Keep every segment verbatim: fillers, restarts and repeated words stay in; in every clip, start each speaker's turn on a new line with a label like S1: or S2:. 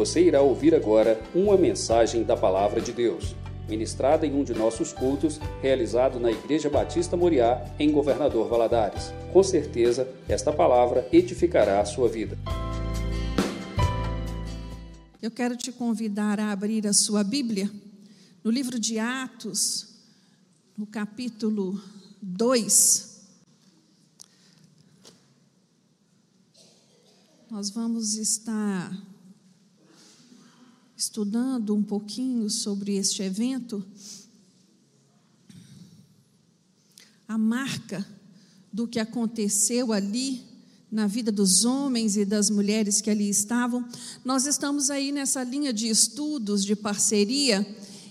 S1: Você irá ouvir agora uma mensagem da Palavra de Deus, ministrada em um de nossos cultos, realizado na Igreja Batista Moriá, em Governador Valadares. Com certeza, esta palavra edificará a sua vida.
S2: Eu quero te convidar a abrir a sua Bíblia no livro de Atos, no capítulo dois. Nós vamos estar estudando um pouquinho sobre este evento, a marca do que aconteceu ali na vida dos homens e das mulheres que ali estavam. Nós estamos aí nessa linha de estudos, de parceria,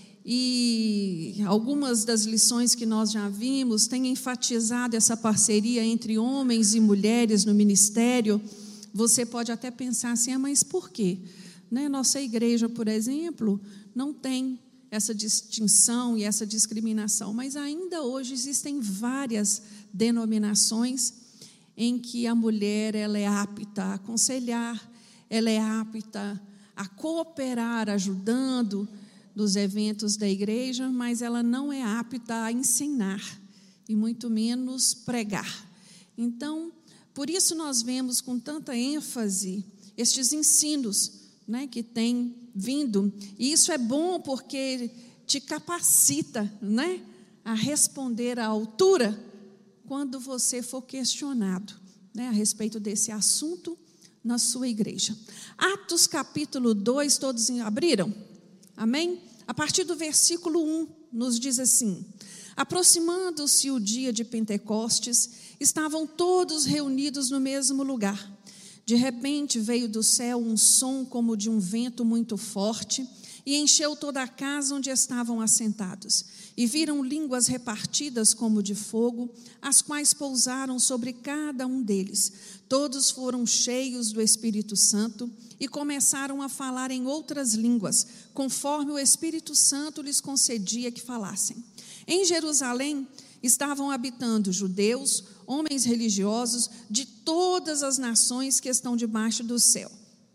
S2: e algumas das lições que nós já vimos têm enfatizado essa parceria entre homens e mulheres no ministério. Você pode até pensar assim, ah, mas por quê? Né? Nossa igreja, por exemplo, não tem essa distinção e essa discriminação, mas ainda hoje existem várias denominações em que a mulher ela é apta a aconselhar, ela é apta a cooperar, ajudando nos eventos da igreja, mas ela não é apta a ensinar e muito menos pregar. Então, por isso nós vemos com tanta ênfase estes ensinos, né, que têm vindo, e isso é bom porque te capacita, né, a responder à altura quando você for questionado, né, a respeito desse assunto na sua igreja. Atos capítulo dois, todos abriram? Amém? A partir do versículo um, nos diz assim: aproximando-se o dia de Pentecostes, estavam todos reunidos no mesmo lugar. De repente veio do céu um som como de um vento muito forte e encheu toda a casa onde estavam assentados. E viram línguas repartidas como de fogo, as quais pousaram sobre cada um deles. Todos foram cheios do Espírito Santo e começaram a falar em outras línguas, conforme o Espírito Santo lhes concedia que falassem. Em Jerusalém estavam habitando judeus, homens religiosos de todas as nações que estão debaixo do céu.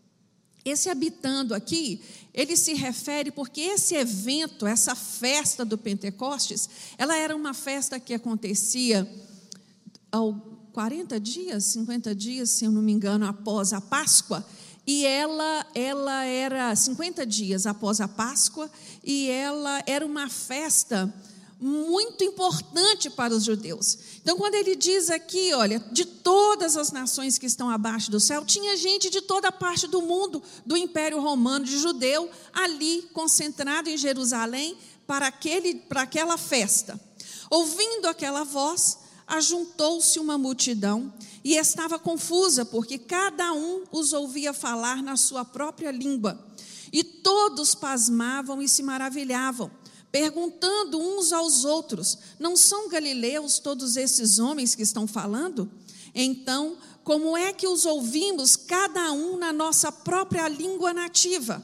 S2: Esse habitando aqui, ele se refere porque esse evento, essa festa do Pentecostes, ela era uma festa que acontecia há quarenta dias, cinquenta dias, se eu não me engano, após a Páscoa, e ela, ela era cinquenta dias após a Páscoa, e ela era uma festa muito importante para os judeus. Então, quando ele diz aqui, olha, de todas as nações que estão abaixo do céu, tinha gente de toda parte do mundo, do Império Romano, de judeu, ali concentrado em Jerusalém para, aquele, para aquela festa. Ouvindo aquela voz, ajuntou-se uma multidão e estava confusa, porque cada um os ouvia falar na sua própria língua. E todos pasmavam e se maravilhavam, perguntando uns aos outros: não são galileus todos esses homens que estão falando? Então, como é que os ouvimos cada um na nossa própria língua nativa?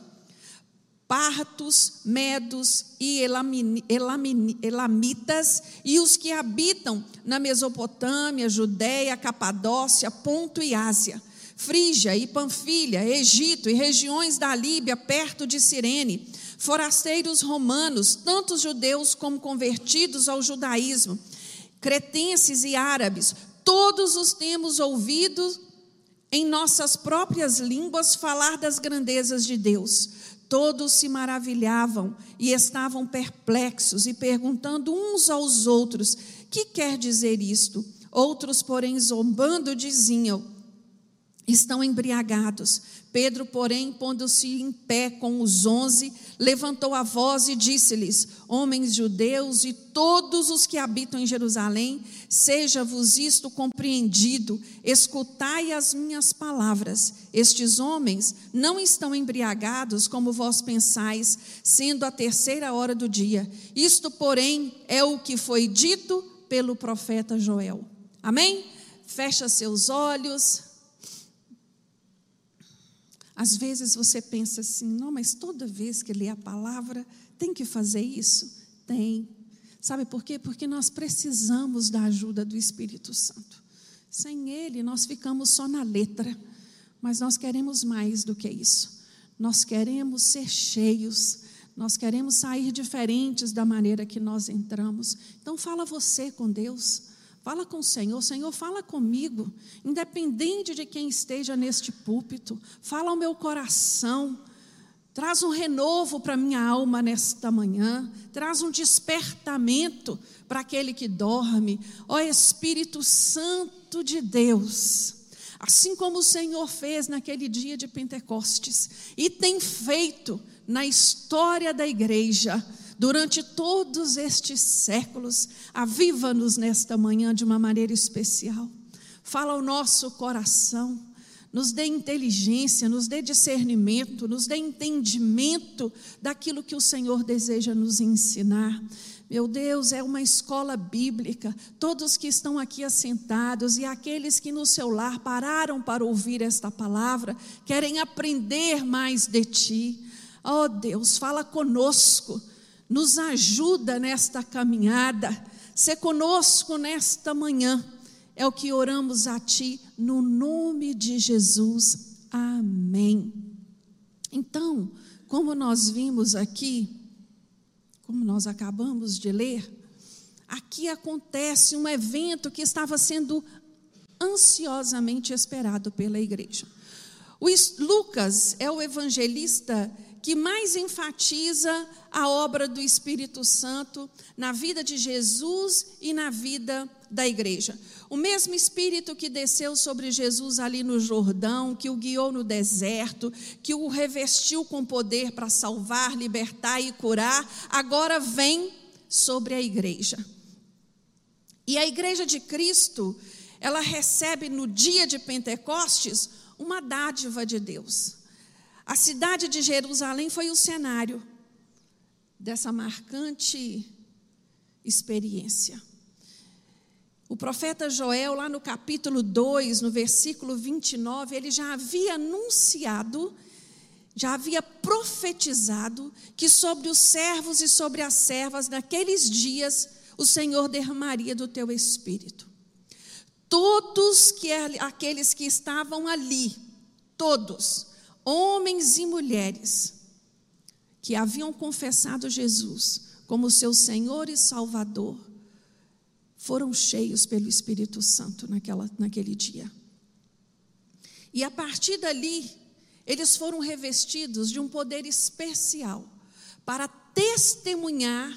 S2: Partos, medos e elami, elami, elamitas e os que habitam na Mesopotâmia, Judeia, Capadócia, Ponto e Ásia, Frígia e Panfilha, Egito e regiões da Líbia perto de Cirene, forasteiros romanos, tanto judeus como convertidos ao judaísmo, cretenses e árabes, todos os temos ouvido em nossas próprias línguas falar das grandezas de Deus. Todos se maravilhavam e estavam perplexos e perguntando uns aos outros: que quer dizer isto? Outros, porém, zombando, diziam: estão embriagados. Pedro, porém, pondo-se em pé com os onze, levantou a voz e disse-lhes: homens judeus e todos os que habitam em Jerusalém, seja-vos isto compreendido, escutai as minhas palavras. Estes homens não estão embriagados como vós pensais, sendo a terceira hora do dia. Isto, porém, é o que foi dito pelo profeta Joel. Amém? Fecha seus olhos. Às vezes você pensa assim: não, mas toda vez que lê a palavra tem que fazer isso? Tem. Sabe por quê? Porque nós precisamos da ajuda do Espírito Santo. Sem Ele nós ficamos só na letra, mas nós queremos mais do que isso. nós queremos ser cheios, nós queremos sair diferentes da maneira que nós entramos. Então fala você com Deus, fala com o Senhor. Senhor, fala comigo, independente de quem esteja neste púlpito, fala ao meu coração, traz um renovo para a minha alma nesta manhã, traz um despertamento para aquele que dorme. Ó Espírito Santo de Deus, assim como o Senhor fez naquele dia de Pentecostes e tem feito na história da igreja durante todos estes séculos, aviva-nos nesta manhã de uma maneira especial. Fala ao nosso coração, nos dê inteligência, nos dê discernimento, nos dê entendimento daquilo que o Senhor deseja nos ensinar. Meu Deus, é uma escola bíblica. Todos que estão aqui assentados e aqueles que no seu lar pararam para ouvir esta palavra, querem aprender mais de Ti. Oh Deus, fala conosco, nos ajuda nesta caminhada, se conosco nesta manhã. É o que oramos a Ti, no nome de Jesus, amém. Então, como nós vimos aqui, como nós acabamos de ler, aqui acontece um evento que estava sendo ansiosamente esperado pela igreja. O Lucas é o evangelista que mais enfatiza a obra do Espírito Santo na vida de Jesus e na vida da igreja. O mesmo Espírito que desceu sobre Jesus ali no Jordão, que o guiou no deserto, que o revestiu com poder para salvar, libertar e curar, agora vem sobre a igreja. E a igreja de Cristo, ela recebe no dia de Pentecostes uma dádiva de Deus. A cidade de Jerusalém foi o cenário dessa marcante experiência. O profeta Joel, lá no capítulo dois, no versículo vinte e nove, ele já havia anunciado, já havia profetizado que sobre os servos e sobre as servas, naqueles dias, o Senhor derramaria do teu espírito. Todos que, aqueles que estavam ali, todos, homens e mulheres, que haviam confessado Jesus como seu Senhor e Salvador, foram cheios pelo Espírito Santo naquela, naquele dia. E a partir dali, eles foram revestidos de um poder especial para testemunhar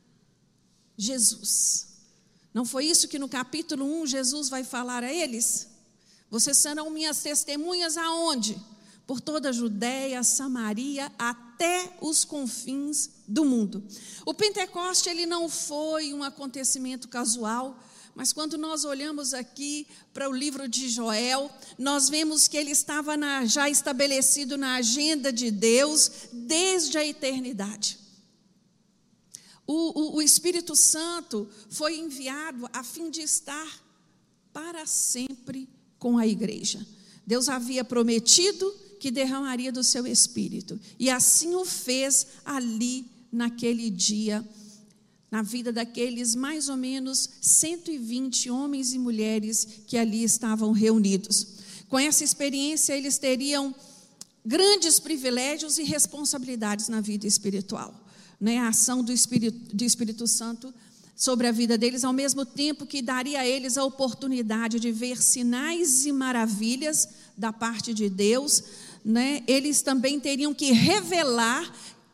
S2: Jesus. Não foi isso que no capítulo um Jesus vai falar a eles? Vocês serão minhas testemunhas aonde? Por toda a Judéia, Samaria, até os confins do mundo. O Pentecoste, ele não foi um acontecimento casual, mas quando nós olhamos aqui para o livro de Joel, nós vemos que ele estava na, já estabelecido na agenda de Deus desde a eternidade. O, o, o Espírito Santo foi enviado a fim de estar para sempre com a igreja. Deus havia prometido que derramaria do seu Espírito, e assim o fez ali naquele dia, na vida daqueles mais ou menos cento e vinte homens e mulheres que ali estavam reunidos. Com essa experiência, eles teriam grandes privilégios e responsabilidades na vida espiritual, né? A ação do Espírito, do Espírito Santo sobre a vida deles, ao mesmo tempo que daria a eles a oportunidade de ver sinais e maravilhas da parte de Deus, né? Eles também teriam que revelar,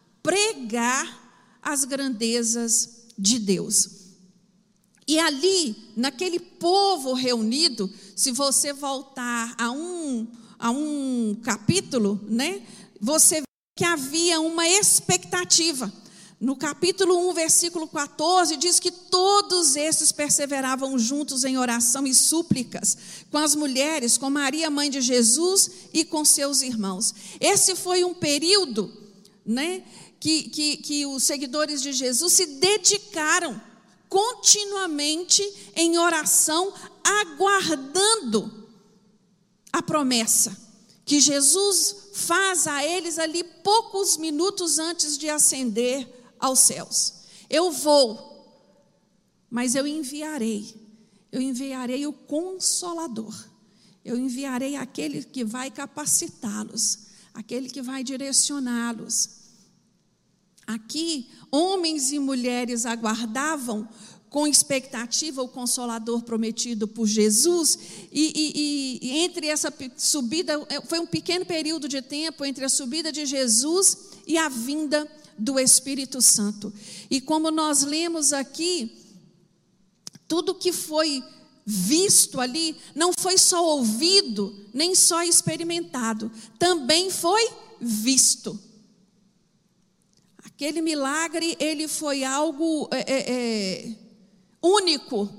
S2: pregar as grandezas de Deus. E ali, naquele povo reunido, se você voltar a um, a um capítulo, né, você vê que havia uma expectativa. No capítulo um, versículo quatorze, diz que todos esses perseveravam juntos em oração e súplicas, com as mulheres, com Maria, mãe de Jesus, e com seus irmãos. Esse foi um período, né, que, que, que os seguidores de Jesus se dedicaram continuamente em oração, aguardando a promessa que Jesus faz a eles ali poucos minutos antes de ascender aos céus. Eu vou, mas eu enviarei, eu enviarei o Consolador, eu enviarei aquele que vai capacitá-los, aquele que vai direcioná-los. Aqui, homens e mulheres aguardavam com expectativa o Consolador prometido por Jesus, e, e, e entre essa subida, foi um pequeno período de tempo entre a subida de Jesus e a vinda do Espírito Santo. E como nós lemos aqui, tudo que foi visto ali, não foi só ouvido, nem só experimentado, também foi visto. Aquele milagre, ele foi algo é, é, único.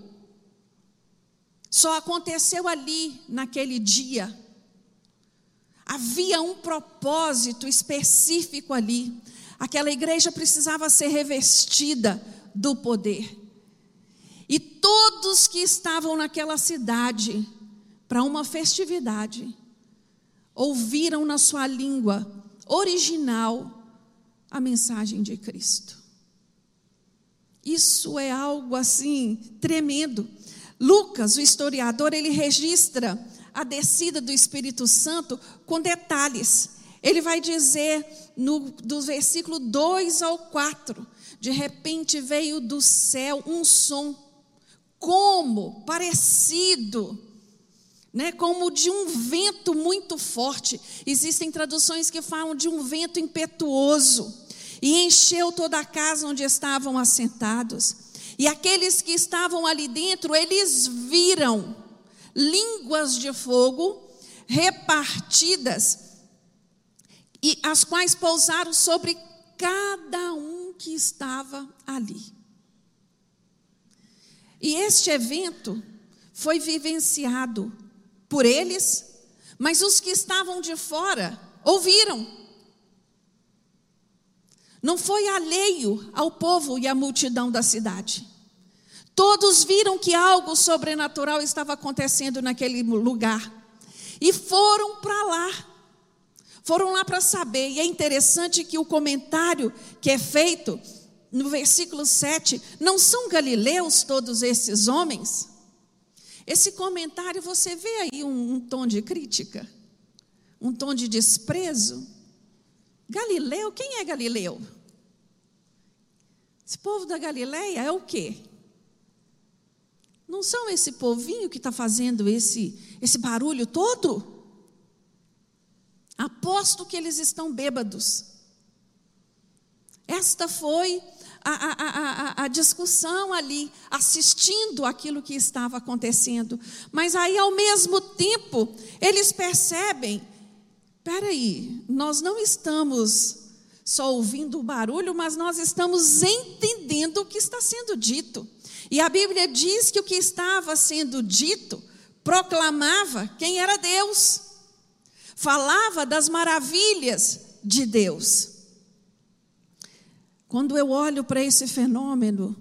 S2: Só aconteceu ali, naquele dia. Havia um propósito específico ali. Aquela igreja precisava ser revestida do poder. E todos que estavam naquela cidade, para uma festividade, ouviram na sua língua original a mensagem de Cristo. Isso é algo assim tremendo. Lucas, o historiador, ele registra a descida do Espírito Santo com detalhes. Ele vai dizer no, do versículo dois ao quatro, de repente veio do céu um som, como parecido, né, como de um vento muito forte. Existem traduções que falam de um vento impetuoso, e encheu toda a casa onde estavam assentados. E aqueles que estavam ali dentro, eles viram línguas de fogo repartidas, e as quais pousaram sobre cada um que estava ali. E este evento foi vivenciado por eles, mas os que estavam de fora ouviram. Não foi alheio ao povo e à multidão da cidade. Todos viram que algo sobrenatural estava acontecendo naquele lugar. E foram para lá. Foram lá para saber. E é interessante que o comentário que é feito no versículo sete, não são galileus todos esses homens? Esse comentário, você vê aí um, um tom de crítica, um tom de desprezo. Galileu, quem é Galileu? Esse povo da Galileia é o quê? Não são esse povinho que está fazendo esse, esse barulho todo? Aposto que eles estão bêbados. Esta foi a, a, a, a discussão ali, assistindo aquilo que estava acontecendo. Mas aí, ao mesmo tempo, eles percebem, espera aí, nós não estamos só ouvindo o barulho, mas nós estamos entendendo o que está sendo dito. E a Bíblia diz que o que estava sendo dito proclamava quem era Deus, falava das maravilhas de Deus. Quando eu olho para esse fenômeno,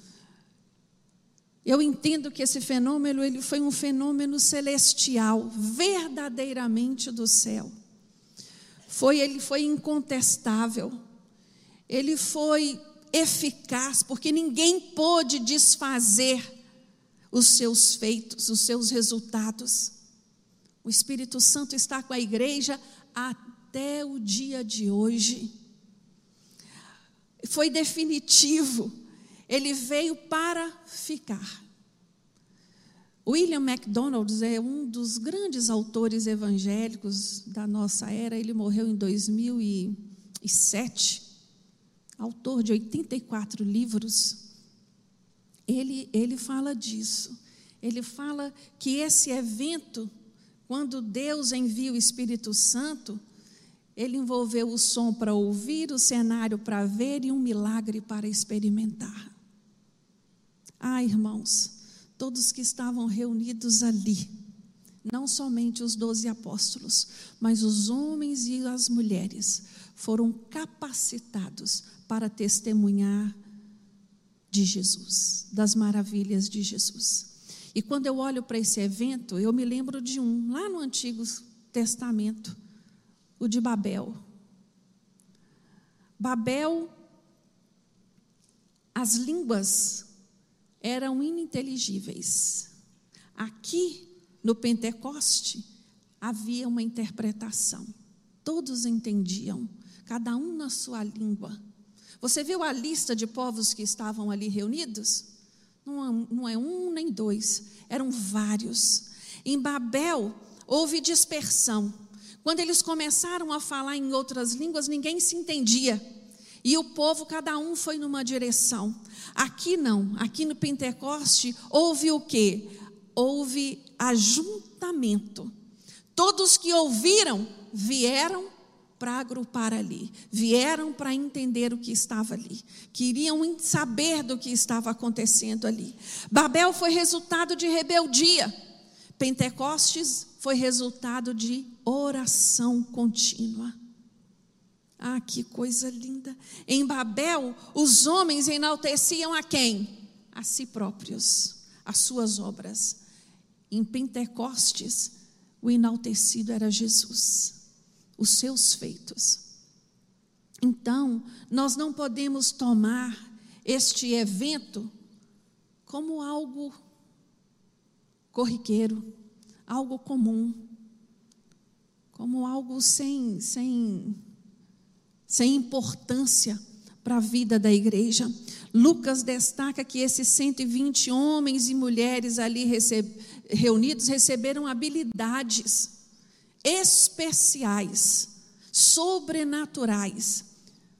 S2: eu entendo que esse fenômeno ele foi um fenômeno celestial, verdadeiramente do céu. Foi, ele foi incontestável, ele foi eficaz, porque ninguém pôde desfazer os seus feitos, os seus resultados. O Espírito Santo está com a igreja até o dia de hoje. Foi definitivo, ele veio para ficar. William MacDonald é um dos grandes autores evangélicos da nossa era. Ele morreu em dois mil e sete, autor de oitenta e quatro livros. Ele, ele fala disso. Ele fala que esse evento, quando Deus envia o Espírito Santo, ele envolveu o som para ouvir, o cenário para ver e um milagre para experimentar. Ah, irmãos, todos que estavam reunidos ali, não somente os doze apóstolos, mas os homens e as mulheres, foram capacitados para testemunhar de Jesus, das maravilhas de Jesus. E quando eu olho para esse evento, eu me lembro de um, lá no Antigo Testamento, o de Babel. Babel, as línguas eram ininteligíveis. Aqui, no Pentecoste, havia uma interpretação. todos entendiam, cada um na sua língua. Você viu a lista de povos que estavam ali reunidos? Não, não é um nem dois, eram vários. Em Babel houve dispersão. Quando eles começaram a falar em outras línguas, ninguém se entendia. E o povo, cada um foi numa direção. Aqui não, aqui no Pentecoste houve o quê? Houve ajuntamento. Todos que ouviram vieram para agrupar ali, vieram para entender o que estava ali, queriam saber do que estava acontecendo ali. Babel foi resultado de rebeldia, Pentecostes foi resultado de oração contínua. Ah, que coisa linda! Em Babel, os homens enalteciam a quem? A si próprios, as suas obras. Em Pentecostes, o enaltecido era Jesus, os seus feitos. Então, nós não podemos tomar este evento como algo corriqueiro, algo comum, como algo sem, sem, sem importância para a vida da igreja. Lucas destaca que esses cento e vinte homens e mulheres ali receb, reunidos receberam habilidades especiais, sobrenaturais,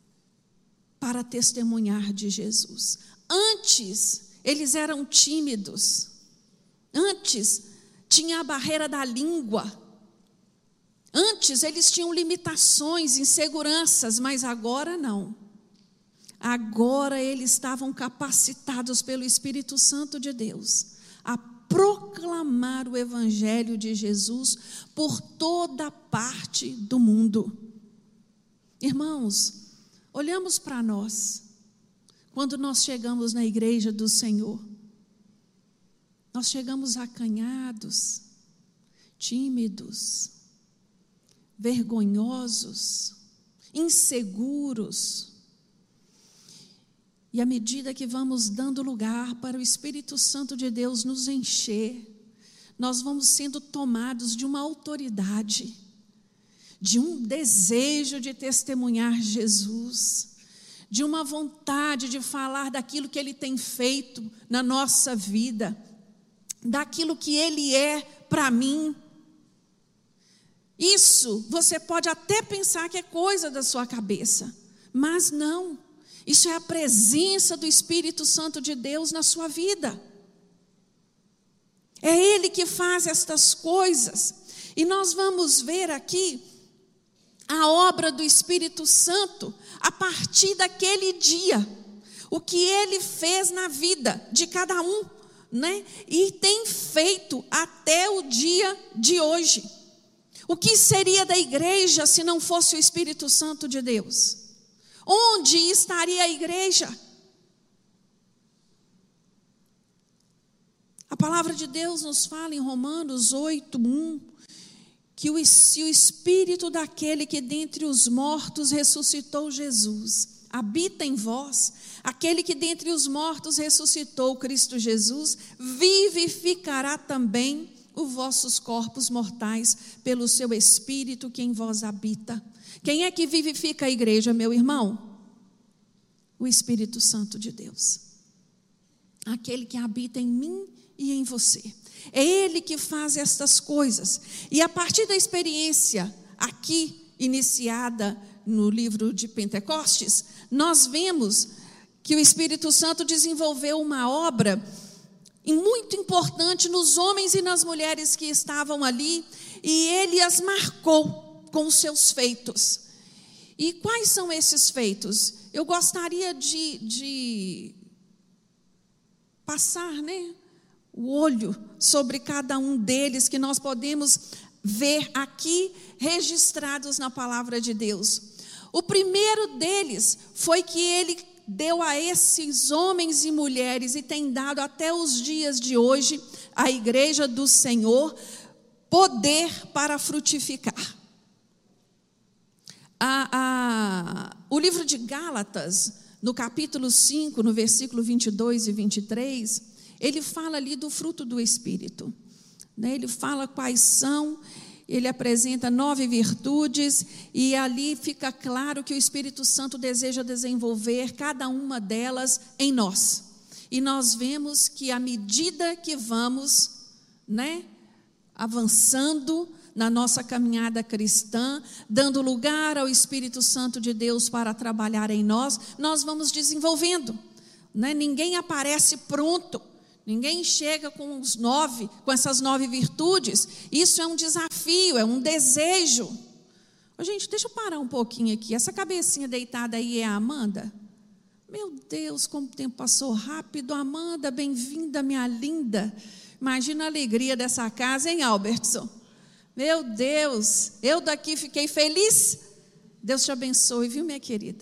S2: para testemunhar de Jesus. Antes, eles eram tímidos. Antes, tinha a barreira da língua. Antes, eles tinham limitações, inseguranças, mas agora não. Agora, eles estavam capacitados pelo Espírito Santo de Deus a proclamar o Evangelho de Jesus por toda parte do mundo. Irmãos, olhamos para nós, quando nós chegamos na igreja do Senhor, nós chegamos acanhados, tímidos, vergonhosos, inseguros. E à medida que vamos dando lugar para o Espírito Santo de Deus nos encher, nós vamos sendo tomados de uma autoridade, de um desejo de testemunhar Jesus, de uma vontade de falar daquilo que Ele tem feito na nossa vida, daquilo que Ele é para mim. Isso você pode até pensar que é coisa da sua cabeça, mas não. Isso é a presença do Espírito Santo de Deus na sua vida. É Ele que faz estas coisas. E nós vamos ver aqui a obra do Espírito Santo a partir daquele dia. O que Ele fez na vida de cada um, né? E tem feito até o dia de hoje. O que seria da igreja se não fosse o Espírito Santo de Deus? Onde estaria a igreja? A palavra de Deus nos fala em Romanos oito, um, que o, se o Espírito daquele que dentre os mortos ressuscitou Jesus habita em vós, aquele que dentre os mortos ressuscitou Cristo Jesus, vivificará também os vossos corpos mortais pelo seu Espírito que em vós habita. Quem é que vivifica a igreja, meu irmão? O Espírito Santo de Deus. Aquele que habita em mim e em você. É Ele que faz estas coisas. E a partir da experiência aqui iniciada no livro de Pentecostes, nós vemos que o Espírito Santo desenvolveu uma obra muito importante nos homens e nas mulheres que estavam ali, e Ele as marcou com os seus feitos. E quais são esses feitos? Eu gostaria de, de passar, né, o olho sobre cada um deles, que nós podemos ver aqui registrados na palavra de Deus. O primeiro deles foi que Ele deu a esses homens e mulheres, e tem dado até os dias de hoje, à igreja do Senhor, poder para frutificar. A, a, o livro de Gálatas, no capítulo cinco, no versículo vinte e dois e vinte e três, ele fala ali do fruto do Espírito, né? Ele fala quais são, ele apresenta nove virtudes, e ali fica claro que o Espírito Santo deseja desenvolver cada uma delas em nós. E nós vemos que à medida que vamos, né, avançando na nossa caminhada cristã, dando lugar ao Espírito Santo de Deus para trabalhar em nós, nós vamos desenvolvendo, né? Ninguém aparece pronto. Ninguém chega com os nove, com essas nove virtudes. Isso é um desafio, é um desejo. Ô, gente, deixa eu parar um pouquinho aqui. Essa cabecinha deitada aí é a Amanda? Meu Deus, como o tempo passou rápido. Amanda, bem-vinda, minha linda. Imagina a alegria dessa casa, hein, Albertson? Meu Deus, eu daqui fiquei feliz. Deus te abençoe, viu, minha querida?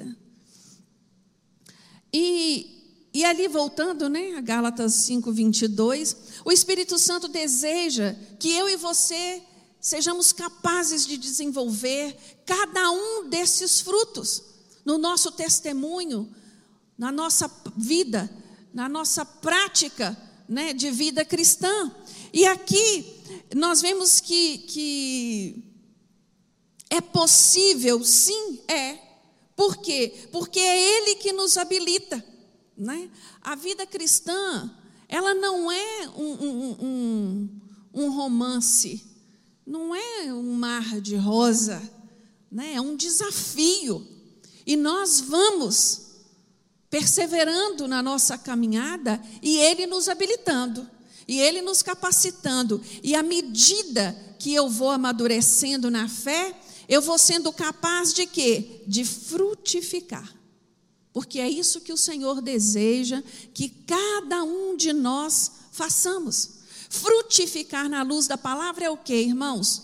S2: E... E ali voltando, né, a Gálatas cinco, vinte e dois, o Espírito Santo deseja que eu e você sejamos capazes de desenvolver cada um desses frutos no nosso testemunho, na nossa vida, na nossa prática, né, de vida cristã. E aqui nós vemos que, que é possível, sim, é. Por quê? Porque é Ele que nos habilita. Né? A vida cristã, ela não é um, um, um, um romance, não é um mar de rosa, né? É um desafio. E nós vamos perseverando na nossa caminhada, e Ele nos habilitando, e Ele nos capacitando. E à medida que eu vou amadurecendo na fé, eu vou sendo capaz de quê? De frutificar. Porque é isso que o Senhor deseja que cada um de nós façamos. Frutificar na luz da palavra é o quê, irmãos?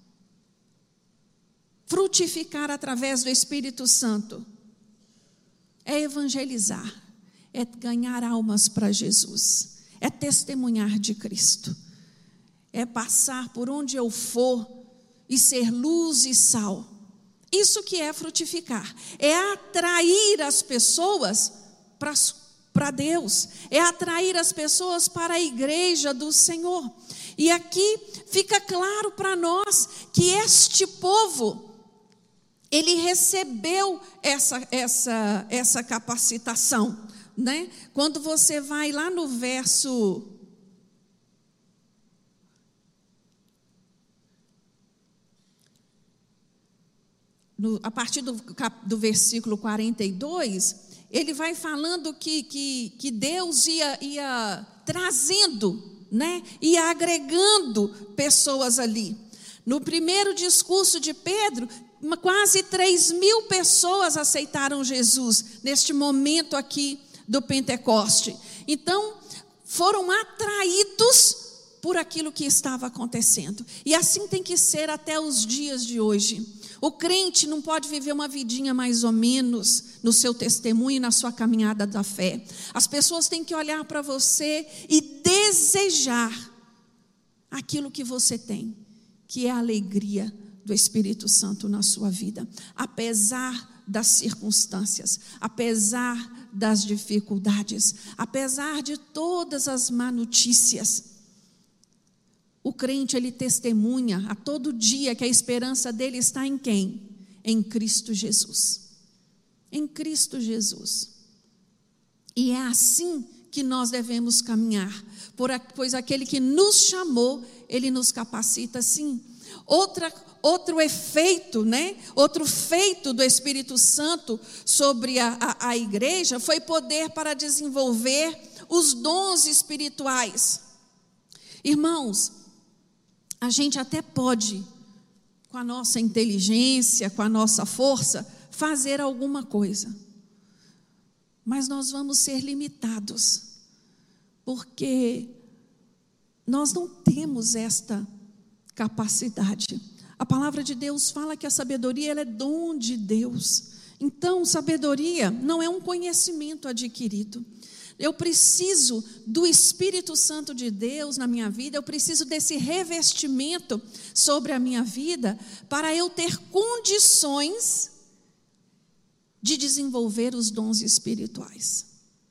S2: Frutificar através do Espírito Santo é evangelizar, é ganhar almas para Jesus, é testemunhar de Cristo, é passar por onde eu for e ser luz e sal. Isso que é frutificar, é atrair as pessoas para Deus, é atrair as pessoas para a igreja do Senhor. E aqui fica claro para nós que este povo, ele recebeu essa, essa, essa capacitação, né? Quando você vai lá no verso... No, a partir do, do versículo quarenta e dois, ele vai falando que, que, que Deus ia, ia trazendo, né, ia agregando pessoas ali. No primeiro discurso de Pedro, quase três mil pessoas aceitaram Jesus, neste momento aqui do Pentecoste. Então, foram atraídos por aquilo que estava acontecendo. E assim tem que ser até os dias de hoje. O crente não pode viver uma vidinha mais ou menos no seu testemunho e na sua caminhada da fé. As pessoas têm que olhar para você e desejar aquilo que você tem, que é a alegria do Espírito Santo na sua vida. Apesar das circunstâncias, apesar das dificuldades, apesar de todas as má notícias, o crente, ele testemunha a todo dia que a esperança dele está em quem? Em Cristo Jesus. Em Cristo Jesus. E é assim que nós devemos caminhar, pois aquele que nos chamou, ele nos capacita sim. Outra, outro efeito, né? Outro feito do Espírito Santo sobre a, a, a igreja foi poder para desenvolver os dons espirituais. Irmãos, a gente até pode, com a nossa inteligência, com a nossa força, fazer alguma coisa. Mas nós vamos ser limitados, porque nós não temos esta capacidade. A palavra de Deus fala que a sabedoria ela é dom de Deus. Então, sabedoria não é um conhecimento adquirido. Eu preciso do Espírito Santo de Deus na minha vida, eu preciso desse revestimento sobre a minha vida, para eu ter condições de desenvolver os dons espirituais.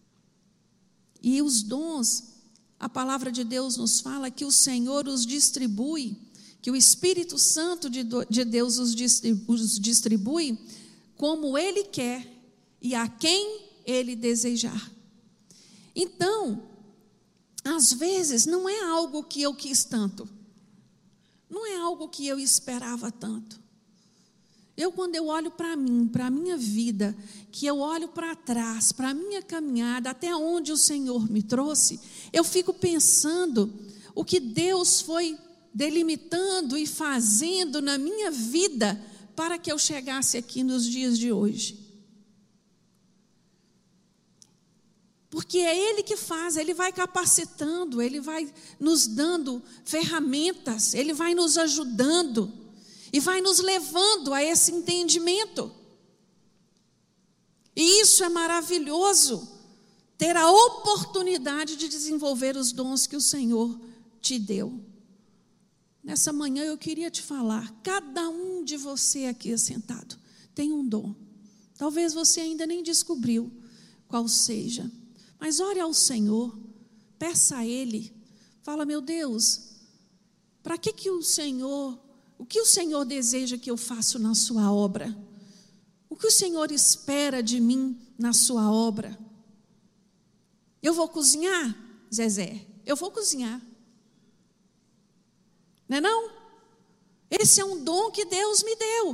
S2: E os dons, a palavra de Deus nos fala que o Senhor os distribui que o Espírito Santo de Deus os distribui como Ele quer e a quem Ele desejar. Então, às vezes, não é algo que eu quis tanto, não é algo que eu esperava tanto. Eu, quando eu olho para mim, para a minha vida, que eu olho para trás, para a minha caminhada, até onde o Senhor me trouxe, eu fico pensando o que Deus foi delimitando e fazendo na minha vida para que eu chegasse aqui nos dias de hoje. Porque é Ele que faz, Ele vai capacitando, Ele vai nos dando ferramentas, Ele vai nos ajudando e vai nos levando a esse entendimento. E isso é maravilhoso, ter a oportunidade de desenvolver os dons que o Senhor te deu. Nessa manhã eu queria te falar, cada um de você aqui sentado tem um dom. Talvez você ainda nem descobriu qual seja, mas ore ao Senhor, peça a Ele, fala: meu Deus, para que que o Senhor, o que o Senhor deseja que eu faça na sua obra? O que o Senhor espera de mim na sua obra? Eu vou cozinhar, Zezé? Eu vou cozinhar. Não é não? Esse é um dom que Deus me deu.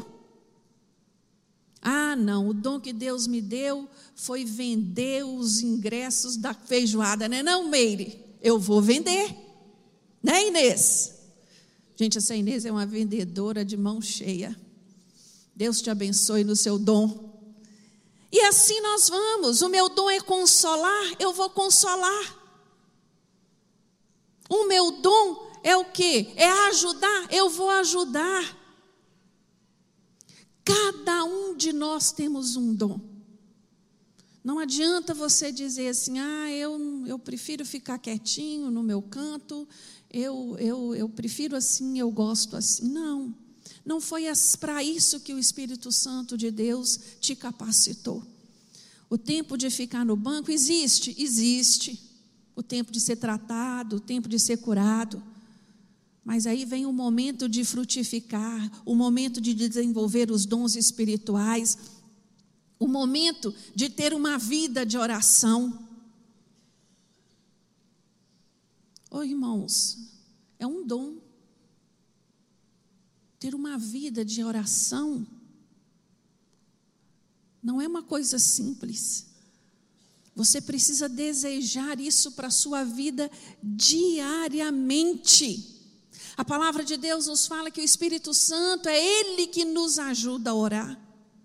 S2: Ah, não, o dom que Deus me deu foi vender os ingressos da feijoada, não é não, Meire? Eu vou vender, né, Inês? Gente, essa Inês é uma vendedora de mão cheia. Deus te abençoe no seu dom. E assim nós vamos. O meu dom é consolar, eu vou consolar. O meu dom é o quê? É ajudar, eu vou ajudar. Cada um de nós temos um dom. Não adianta você dizer assim: ah, eu, eu prefiro ficar quietinho no meu canto, eu, eu, eu prefiro assim, eu gosto assim. Não, não foi para isso que o Espírito Santo de Deus te capacitou. O tempo de ficar no banco existe, existe. O tempo de ser tratado, o tempo de ser curado. Mas aí vem o momento de frutificar, o momento de desenvolver os dons espirituais, o momento de ter uma vida de oração. Ô irmãos, é um dom. Ter uma vida de oração não é uma coisa simples. Você precisa desejar isso para a sua vida diariamente. A palavra de Deus nos fala que o Espírito Santo é Ele que nos ajuda a orar.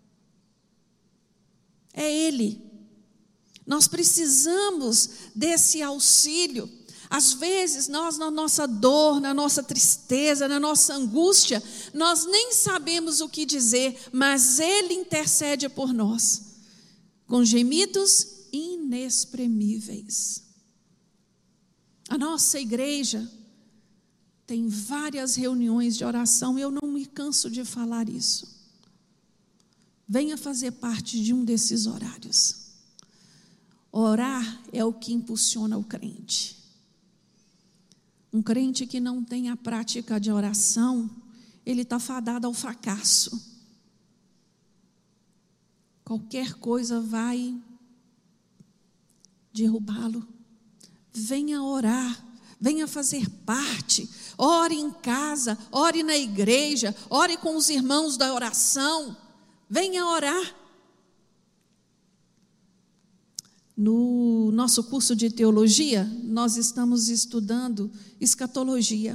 S2: É Ele. Nós precisamos desse auxílio. Às vezes, nós na nossa dor, na nossa tristeza, na nossa angústia, nós nem sabemos o que dizer, mas Ele intercede por nós, com gemidos inexprimíveis. A nossa igreja tem várias reuniões de oração, eu não me canso de falar isso. Venha fazer parte de um desses horários. Orar é o que impulsiona o crente. Um crente que não tem a prática de oração, ele está fadado ao fracasso. Qualquer coisa vai derrubá-lo. Venha orar. Venha fazer parte, ore em casa, ore na igreja, ore com os irmãos da oração, venha orar. No nosso curso de teologia, nós estamos estudando escatologia.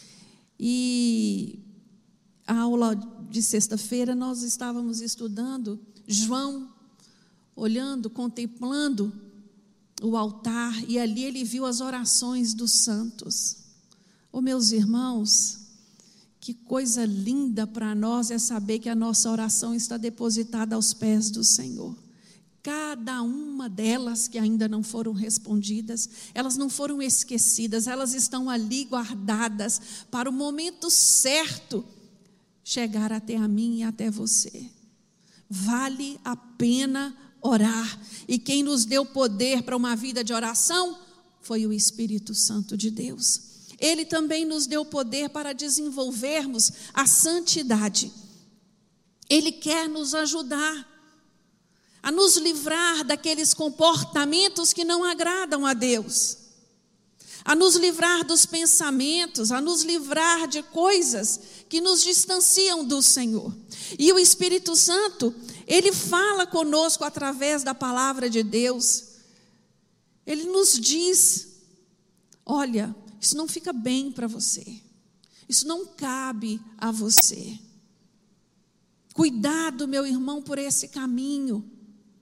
S2: E a aula de sexta-feira nós estávamos estudando João, olhando, contemplando o altar, e ali ele viu as orações dos santos. Oh, meus irmãos, que coisa linda para nós é saber que a nossa oração está depositada aos pés do Senhor. Cada uma delas que ainda não foram respondidas, elas não foram esquecidas, elas estão ali guardadas para o momento certo chegar até a mim e até você. Vale a pena orar, e quem nos deu poder para uma vida de oração foi o Espírito Santo de Deus. Ele também nos deu poder para desenvolvermos a santidade. Ele quer nos ajudar a nos livrar daqueles comportamentos que não agradam a Deus, a nos livrar dos pensamentos, a nos livrar de coisas que nos distanciam do Senhor. E o Espírito Santo, Ele fala conosco através da palavra de Deus. Ele nos diz: olha, isso não fica bem para você, isso não cabe a você. Cuidado, meu irmão, por esse caminho.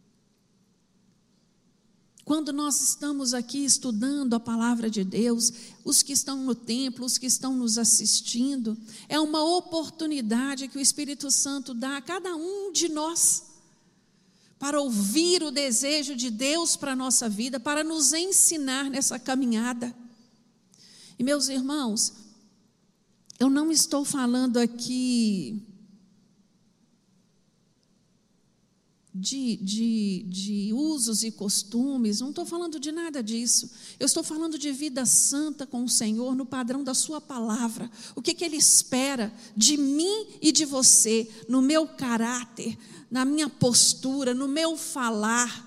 S2: Quando nós estamos aqui estudando a palavra de Deus, os que estão no templo, os que estão nos assistindo, é uma oportunidade que o Espírito Santo dá a cada um de nós para ouvir o desejo de Deus para a nossa vida, para nos ensinar nessa caminhada. E meus irmãos, eu não estou falando aqui De, de, de usos e costumes, não estou falando de nada disso. Eu estou falando de vida santa com o Senhor no padrão da sua palavra. O que, que Ele espera de mim e de você, no meu caráter, na minha postura, no meu falar.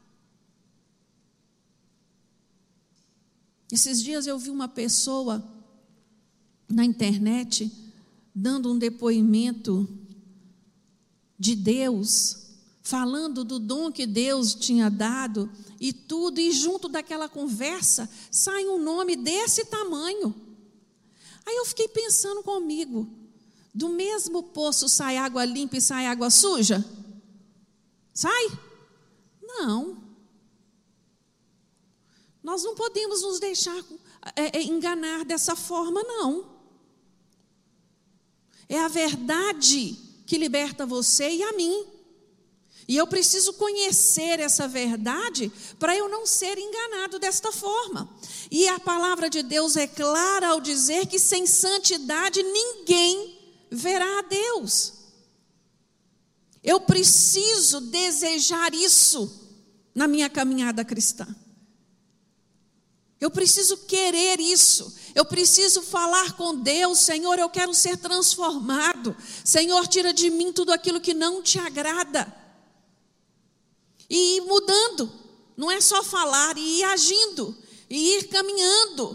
S2: Esses dias eu vi uma pessoa na internet dando um depoimento de Deus, falando do dom que Deus tinha dado e tudo, e junto daquela conversa sai um nome desse tamanho. Aí eu fiquei pensando comigo, do mesmo poço sai água limpa e sai água suja? Sai? Não. Nós não podemos nos deixar é, é, enganar dessa forma, não. É a verdade que liberta você e a mim. E eu preciso conhecer essa verdade para eu não ser enganado desta forma. E a palavra de Deus é clara ao dizer que sem santidade ninguém verá a Deus. Eu preciso desejar isso na minha caminhada cristã. Eu preciso querer isso. Eu preciso falar com Deus: Senhor, eu quero ser transformado. Senhor, tira de mim tudo aquilo que não te agrada. E ir mudando, não é só falar, e ir agindo, e ir caminhando.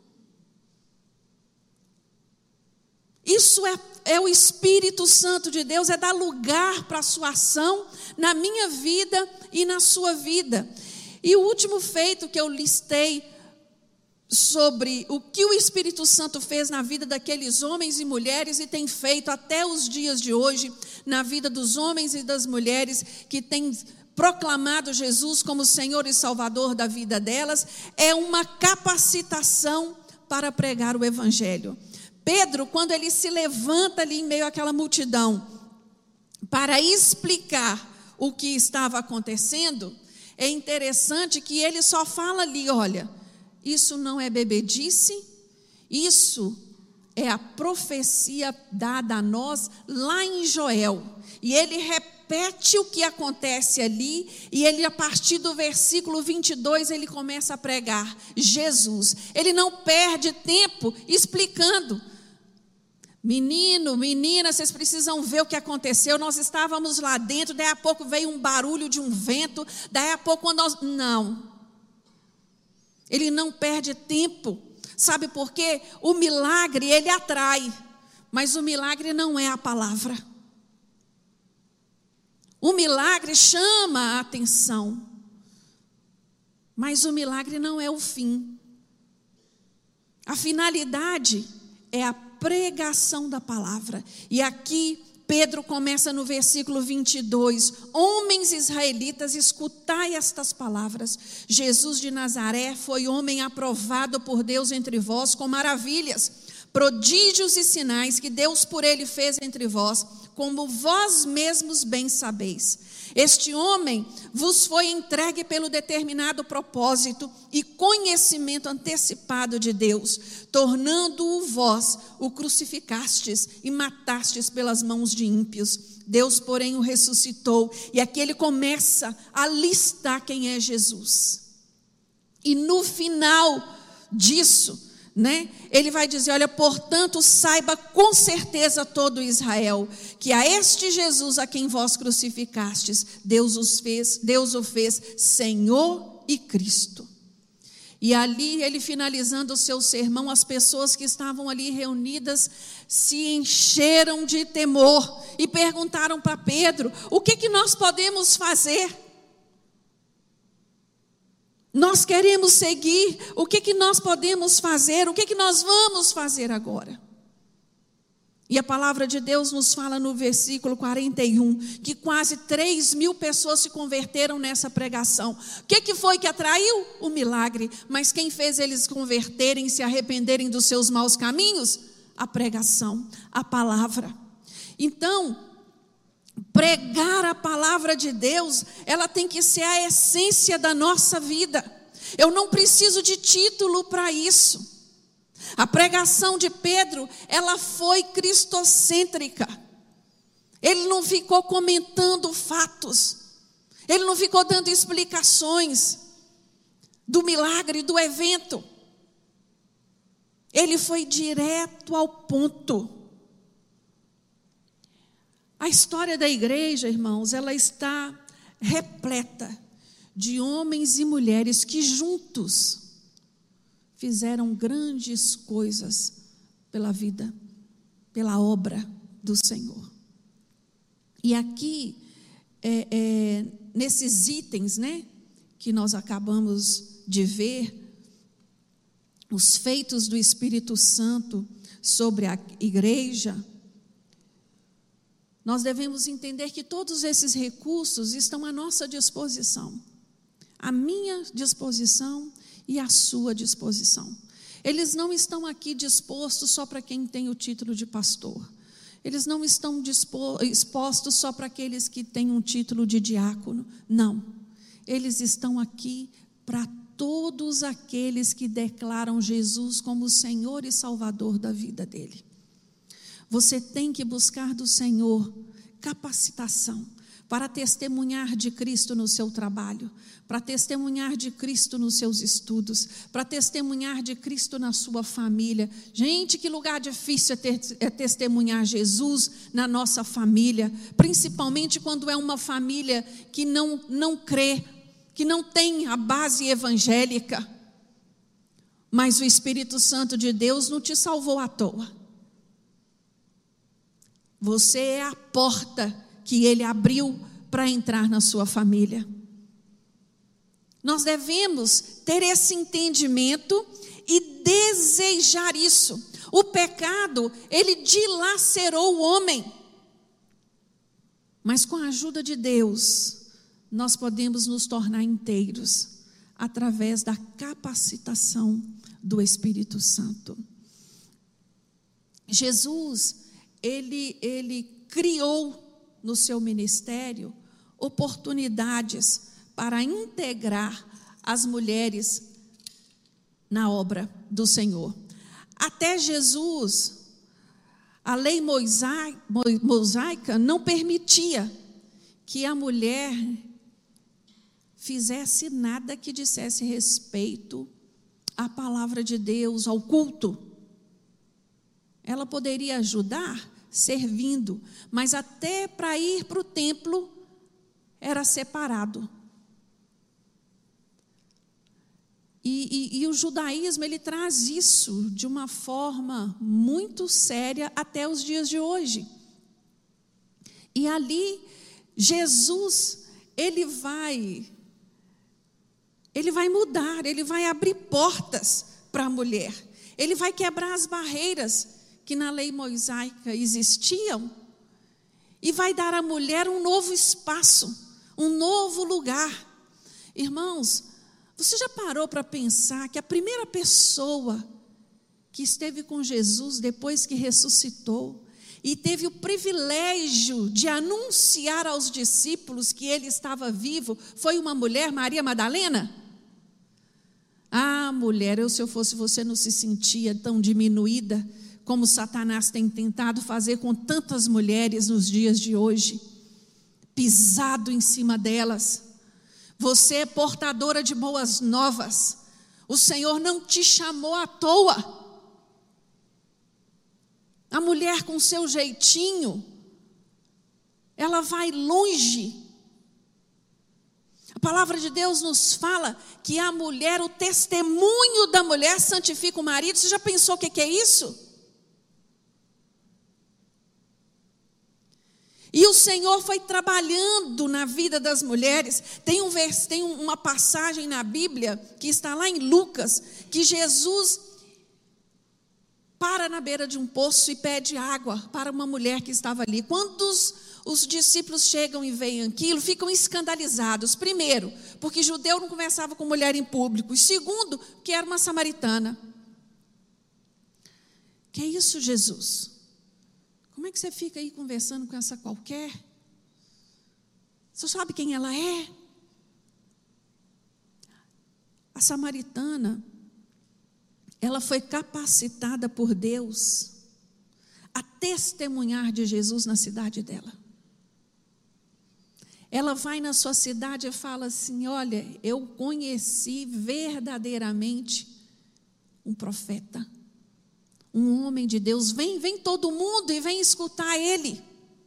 S2: Isso é, é o Espírito Santo de Deus, é dar lugar para a sua ação na minha vida e na sua vida. E o último feito que eu listei sobre o que o Espírito Santo fez na vida daqueles homens e mulheres, e tem feito até os dias de hoje, na vida dos homens e das mulheres que têm proclamado Jesus como Senhor e Salvador da vida delas, é uma capacitação para pregar o Evangelho. Pedro, quando ele se levanta ali em meio àquela multidão para explicar o que estava acontecendo, é interessante que ele só fala ali: olha, isso não é bebedice, isso é a profecia dada a nós lá em Joel. E ele repete repete o que acontece ali, e ele, a partir do versículo vinte e dois, ele começa a pregar Jesus. Ele não perde tempo explicando. Menino, menina, vocês precisam ver o que aconteceu. Nós estávamos lá dentro, daí a pouco veio um barulho de um vento, daí a pouco quando nós... Não. Ele não perde tempo. Sabe por quê? O milagre, ele atrai, mas o milagre não é a palavra. O milagre chama a atenção, mas o milagre não é o fim. A finalidade é a pregação da palavra. E aqui Pedro começa no versículo vinte e dois: homens israelitas, escutai estas palavras. Jesus de Nazaré foi homem aprovado por Deus entre vós com maravilhas, prodígios e sinais que Deus por ele fez entre vós, como vós mesmos bem sabeis. Este homem vos foi entregue pelo determinado propósito e conhecimento antecipado de Deus, tornando-o vós o crucificastes e matastes pelas mãos de ímpios. Deus, porém, o ressuscitou. E aqui ele começa a listar quem é Jesus. E no final disso, né? Ele vai dizer: olha, portanto, saiba com certeza todo Israel, que a este Jesus a quem vós crucificastes, Deus os fez, Deus o fez Senhor e Cristo. E ali, ele finalizando o seu sermão, as pessoas que estavam ali reunidas se encheram de temor e perguntaram para Pedro: o que que nós podemos fazer? Nós queremos seguir, o que que nós podemos fazer? O que que nós vamos fazer agora? E a palavra de Deus nos fala no versículo quarenta e um, que quase três mil pessoas se converteram nessa pregação. O que que foi que atraiu? O milagre. Mas quem fez eles converterem, se arrependerem dos seus maus caminhos? A pregação, a palavra. Então, pregar a palavra de Deus, ela tem que ser a essência da nossa vida. Eu não preciso de título para isso. A pregação de Pedro, ela foi cristocêntrica. Ele não ficou comentando fatos. Ele não ficou dando explicações do milagre, do evento. Ele foi direto ao ponto. A história da igreja, irmãos, ela está repleta de homens e mulheres que juntos fizeram grandes coisas pela vida, pela obra do Senhor. E aqui, é, é, nesses itens, né, que nós acabamos de ver, os feitos do Espírito Santo sobre a igreja, nós devemos entender que todos esses recursos estão à nossa disposição, à minha disposição e à sua disposição. Eles não estão aqui dispostos só para quem tem o título de pastor. Eles não estão expostos só para aqueles que têm um título de diácono. Não. Eles estão aqui para todos aqueles que declaram Jesus como Senhor e Salvador da vida dele. Você tem que buscar do Senhor capacitação para testemunhar de Cristo no seu trabalho, para testemunhar de Cristo nos seus estudos, para testemunhar de Cristo na sua família. Gente, que lugar difícil é, ter, é testemunhar Jesus na nossa família, principalmente quando é uma família que não, não crê, que não tem a base evangélica. Mas o Espírito Santo de Deus não te salvou à toa. Você é a porta que Ele abriu para entrar na sua família. Nós devemos ter esse entendimento e desejar isso. O pecado, ele dilacerou o homem. Mas com a ajuda de Deus, nós podemos nos tornar inteiros através da capacitação do Espírito Santo. Jesus, ele, ele criou no seu ministério oportunidades para integrar as mulheres na obra do Senhor. Até Jesus, a lei mosaica não permitia que a mulher fizesse nada que dissesse respeito à palavra de Deus, ao culto. Ela poderia ajudar servindo, mas até para ir para o templo era separado. E, e, e o judaísmo, ele traz isso de uma forma muito séria até os dias de hoje. E ali, Jesus, ele vai, ele vai mudar, ele vai abrir portas para a mulher. Ele vai quebrar as barreiras que na lei mosaica existiam e vai dar à mulher um novo espaço, um novo lugar. Irmãos, você já parou para pensar que a primeira pessoa que esteve com Jesus depois que ressuscitou e teve o privilégio de anunciar aos discípulos que ele estava vivo foi uma mulher, Maria Madalena? Ah, mulher, eu se eu fosse você não se sentia tão diminuída como Satanás tem tentado fazer com tantas mulheres nos dias de hoje, pisado em cima delas. Você é portadora de boas novas. O Senhor não te chamou à toa. A mulher com seu jeitinho, ela vai longe. A palavra de Deus nos fala que a mulher, o testemunho da mulher santifica o marido. Você já pensou o que é isso? E o Senhor foi trabalhando na vida das mulheres. Tem, um vers, tem uma passagem na Bíblia, que está lá em Lucas, que Jesus para na beira de um poço e pede água para uma mulher que estava ali. Quando os, os discípulos chegam e veem aquilo, ficam escandalizados. Primeiro, porque judeu não conversava com mulher em público. E segundo, que era uma samaritana. Que é isso, Jesus? Como é que você fica aí conversando com essa qualquer? Você sabe quem ela é? A samaritana, ela foi capacitada por Deus a testemunhar de Jesus na cidade dela. Ela vai na sua cidade e fala assim: olha, eu conheci verdadeiramente um profeta, um homem de Deus. Vem, vem todo mundo e vem escutar ele.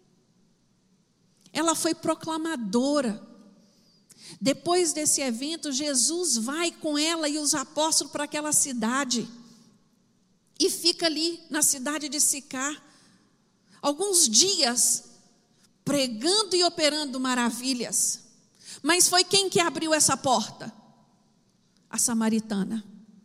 S2: Ela foi proclamadora. Depois desse evento, Jesus vai com ela e os apóstolos para aquela cidade. E fica ali na cidade de Sicar, alguns dias, pregando e operando maravilhas. Mas foi quem que abriu essa porta? A samaritana.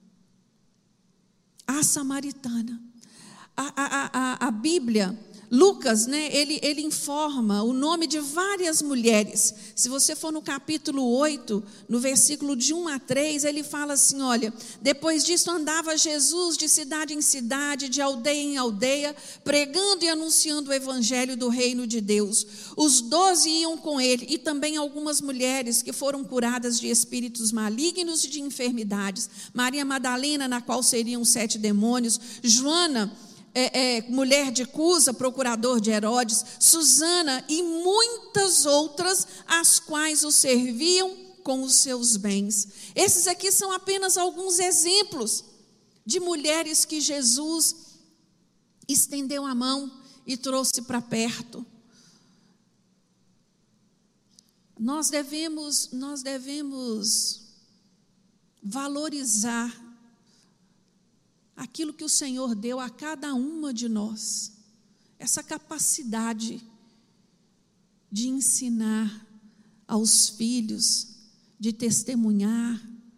S2: A samaritana. A, a, a, a Bíblia, Lucas, né, ele, ele informa o nome de várias mulheres. Se você for no capítulo oito, no versículo de um a três, ele fala assim: olha, depois disso andava Jesus de cidade em cidade, de aldeia em aldeia, pregando e anunciando o evangelho do reino de Deus. Os doze iam com ele, e também algumas mulheres que foram curadas de espíritos malignos e de enfermidades. Maria Madalena, na qual seriam sete demônios. Joana, É, é, mulher de Cusa, procurador de Herodes, Susana e muitas outras, as quais o serviam com os seus bens. Esses aqui são apenas alguns exemplos de mulheres que Jesus estendeu a mão e trouxe para perto. Nós devemos, nós devemos valorizar aquilo que o Senhor deu a cada uma de nós, essa capacidade de ensinar aos filhos, de testemunhar,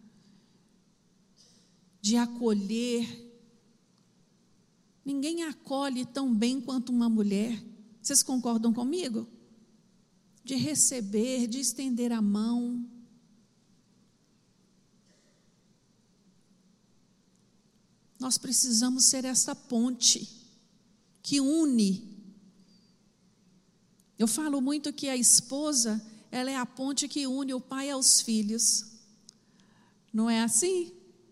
S2: de acolher. Ninguém acolhe tão bem quanto uma mulher. Vocês concordam comigo? De receber, de estender a mão. Nós precisamos ser essa ponte que une. Eu falo muito que a esposa, ela é a ponte que une o pai aos filhos. Não é assim?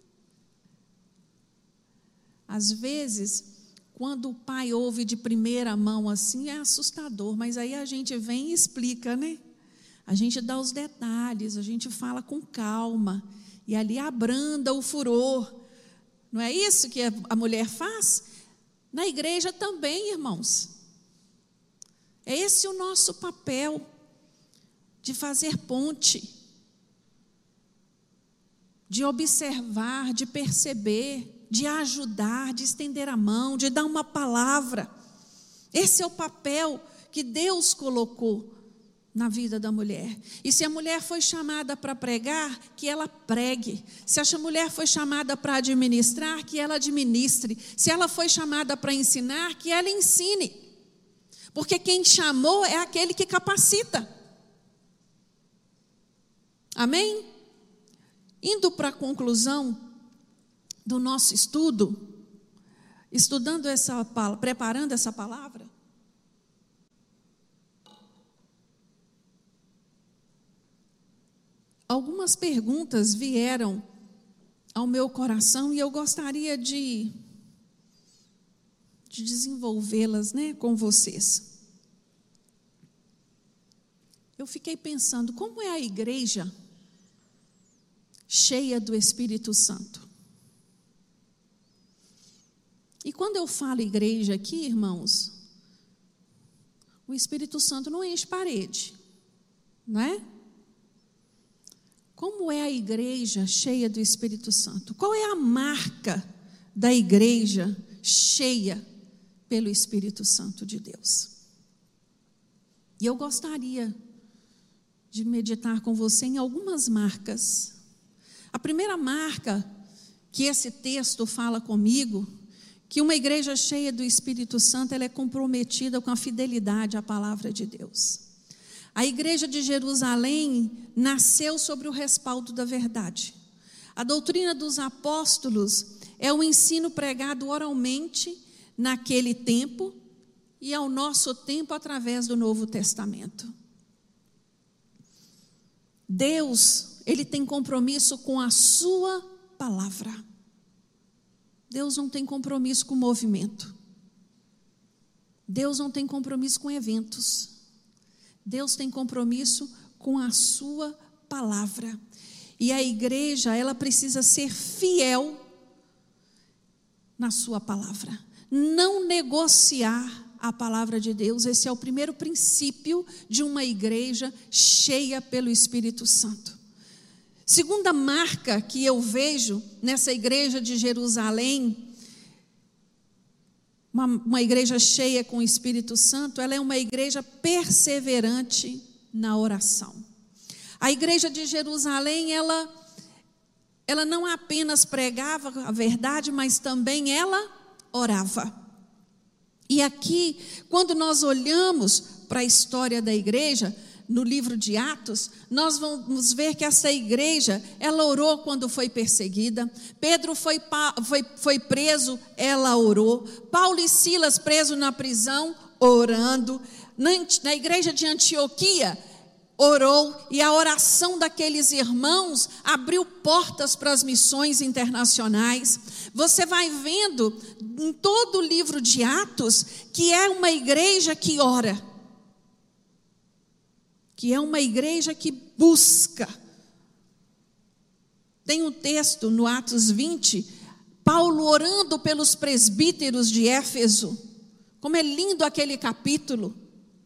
S2: Às vezes, quando o pai ouve de primeira mão assim, é assustador, mas aí a gente vem e explica, né? A gente dá os detalhes, a gente fala com calma, e ali abranda o furor. Não é isso que a mulher faz? Na igreja também, irmãos. É esse o nosso papel, de fazer ponte, de observar, de perceber, de ajudar, de estender a mão, de dar uma palavra. Esse é o papel que Deus colocou na vida da mulher. E se a mulher foi chamada para pregar, que ela pregue. Se a mulher foi chamada para administrar, que ela administre. Se ela foi chamada para ensinar, que ela ensine. Porque quem chamou é aquele que capacita. Amém? Indo para a conclusão do nosso estudo, estudando essa, preparando essa palavra, algumas perguntas vieram ao meu coração e eu gostaria de, de desenvolvê-las, né, com vocês. Eu fiquei pensando, como é a igreja cheia do Espírito Santo? E quando quando eu falo igreja aqui, irmãos, o Espírito Santo não enche parede, não é? Como é a igreja cheia do Espírito Santo? Qual é a marca da igreja cheia pelo Espírito Santo de Deus? E eu gostaria de meditar com você em algumas marcas. A primeira marca que esse texto fala comigo, que uma igreja cheia do Espírito Santo, ela é comprometida com a fidelidade à palavra de Deus. A igreja de Jerusalém nasceu sobre o respaldo da verdade. A doutrina dos apóstolos é o ensino pregado oralmente naquele tempo e ao nosso tempo através do Novo Testamento. Deus, Ele tem compromisso com a sua palavra. Deus não tem compromisso com o movimento. Deus não tem compromisso com eventos. Deus tem compromisso com a sua palavra. E a igreja, ela precisa ser fiel na sua palavra. Não negociar a palavra de Deus. Esse é o primeiro princípio de uma igreja cheia pelo Espírito Santo. Segunda marca que eu vejo nessa igreja de Jerusalém, uma, uma igreja cheia com o Espírito Santo, ela é uma igreja perseverante na oração. A igreja de Jerusalém, ela, ela não apenas pregava a verdade, mas também ela orava. E aqui, quando nós olhamos para a história da igreja, no livro de Atos, nós vamos ver que essa igreja, ela orou quando foi perseguida. Pedro foi, foi, foi preso, ela orou. Paulo e Silas presos na prisão, orando. Na, na igreja de Antioquia, orou. E a oração daqueles irmãos abriu portas para as missões internacionais. Você vai vendo em todo o livro de Atos que é uma igreja que ora, que é uma igreja que busca. Tem um texto no Atos vinte, Paulo orando pelos presbíteros de Éfeso. Como é lindo aquele capítulo.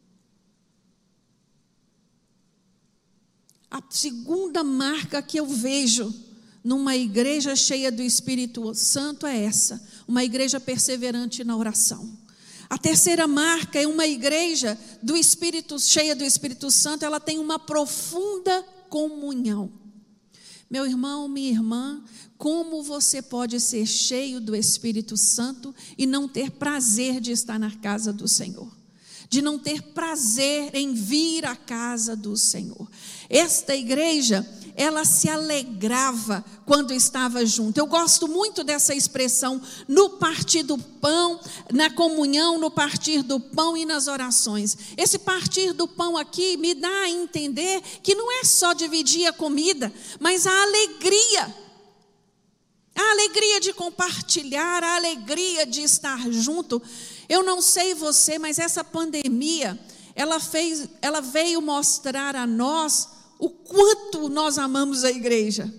S2: A segunda marca que eu vejo numa igreja cheia do Espírito Santo é essa, uma igreja perseverante na oração. A terceira marca é uma igreja do Espírito, cheia do Espírito Santo, ela tem uma profunda comunhão. Meu irmão, minha irmã, como você pode ser cheio do Espírito Santo e não ter prazer de estar na casa do Senhor? De não ter prazer em vir à casa do Senhor. Esta igreja, ela se alegrava quando estava junto. Eu gosto muito dessa expressão, no partir do pão, na comunhão, no partir do pão e nas orações. Esse partir do pão aqui me dá a entender que não é só dividir a comida, mas a alegria. A alegria de compartilhar, a alegria de estar junto. Eu não sei você, mas essa pandemia, ela, fez, ela veio mostrar a nós o quanto nós amamos a igreja.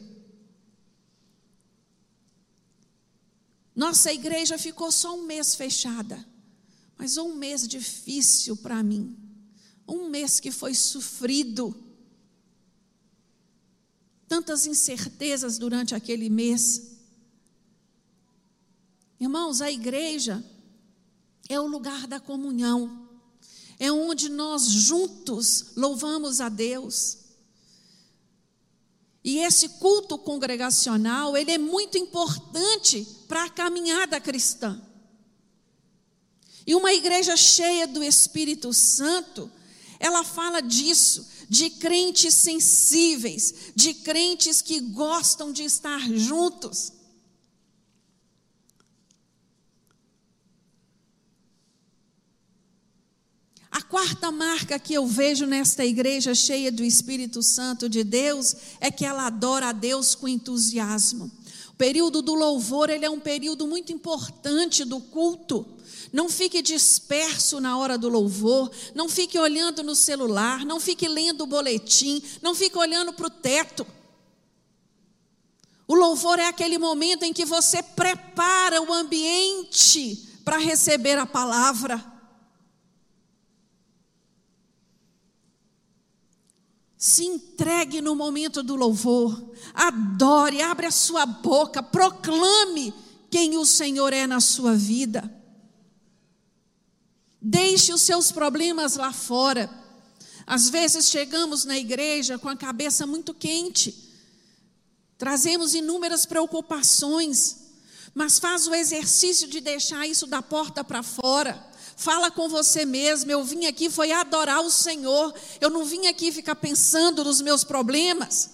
S2: Nossa igreja ficou só um mês fechada, mas um mês difícil para mim, um mês que foi sofrido, tantas incertezas durante aquele mês. Irmãos, a igreja é o lugar da comunhão, é onde nós juntos louvamos a Deus. E esse culto congregacional, ele é muito importante para a caminhada cristã. E uma igreja cheia do Espírito Santo, ela fala disso, de crentes sensíveis, de crentes que gostam de estar juntos. A quarta marca que eu vejo nesta igreja cheia do Espírito Santo de Deus é que ela adora a Deus com entusiasmo. O período do louvor, ele é um período muito importante do culto. Não fique disperso na hora do louvor, não fique olhando no celular, não fique lendo o boletim, não fique olhando para o teto. O louvor é aquele momento em que você prepara o ambiente para receber a palavra. Se entregue no momento do louvor, adore, abre a sua boca, proclame quem o Senhor é na sua vida. Deixe os seus problemas lá fora. Às vezes chegamos na igreja com a cabeça muito quente, trazemos inúmeras preocupações, mas faz o exercício de deixar isso da porta para fora. Fala com você mesmo: eu vim aqui foi adorar o Senhor, eu não vim aqui ficar pensando nos meus problemas.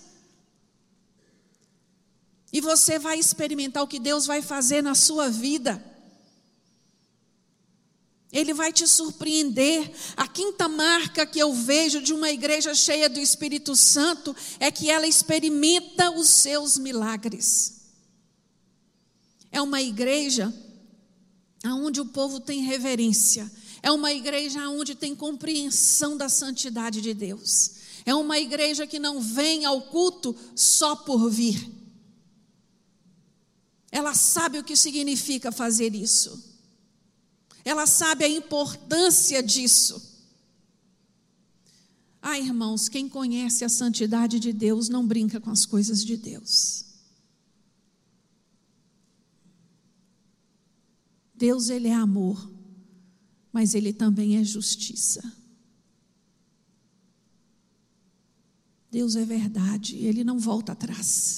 S2: E você vai experimentar o que Deus vai fazer na sua vida. Ele vai te surpreender. A quinta marca que eu vejo de uma igreja cheia do Espírito Santo é que ela experimenta os seus milagres. É uma igreja onde o povo tem reverência. É uma igreja onde tem compreensão da santidade de Deus. É uma igreja que não vem ao culto só por vir. Ela sabe o que significa fazer isso. Ela sabe a importância disso. Ah, irmãos, quem conhece a santidade de Deus não brinca com as coisas de Deus. Deus, Ele é amor, mas Ele também é justiça. Deus é verdade, Ele não volta atrás.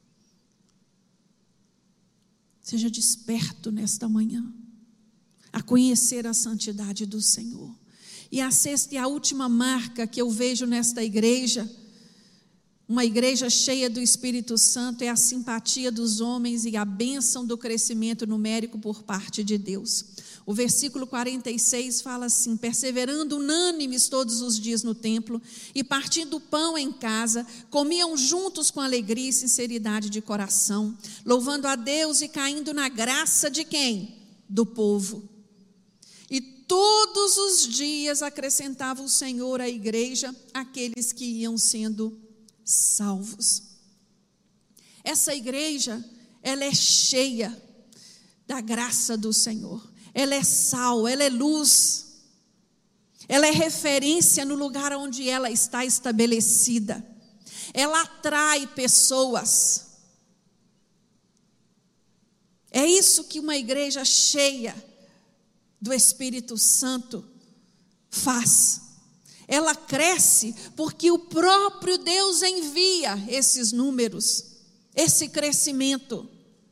S2: Seja desperto nesta manhã a conhecer a santidade do Senhor. E a sexta e a última marca que eu vejo nesta igreja, uma igreja cheia do Espírito Santo, é a simpatia dos homens e a bênção do crescimento numérico por parte de Deus. O versículo quarenta e seis fala assim: perseverando unânimes todos os dias no templo e partindo o pão em casa, comiam juntos com alegria e sinceridade de coração, louvando a Deus e caindo na graça de quem? Do povo. E todos os dias acrescentava o Senhor à igreja aqueles que iam sendo salvos. Essa igreja, ela é cheia da graça do Senhor. Ela é sal, ela é luz. Ela é referência no lugar onde ela está estabelecida. Ela atrai pessoas. É isso que uma igreja cheia do Espírito Santo faz. Ela cresce porque o próprio Deus envia esses números, esse crescimento.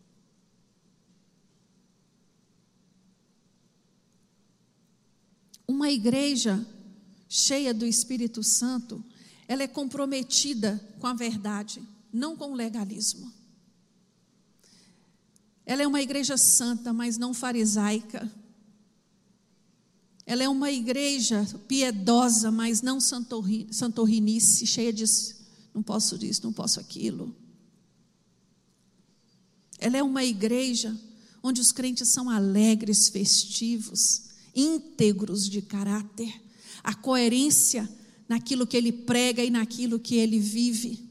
S2: Uma igreja cheia do Espírito Santo, ela é comprometida com a verdade, não com o legalismo. Ela é uma igreja santa, mas não farisaica. Ela é uma igreja piedosa, mas não santorrinice, cheia de não posso isso, não posso aquilo. Ela é uma igreja onde os crentes são alegres, festivos, íntegros de caráter, a coerência naquilo que ele prega e naquilo que ele vive.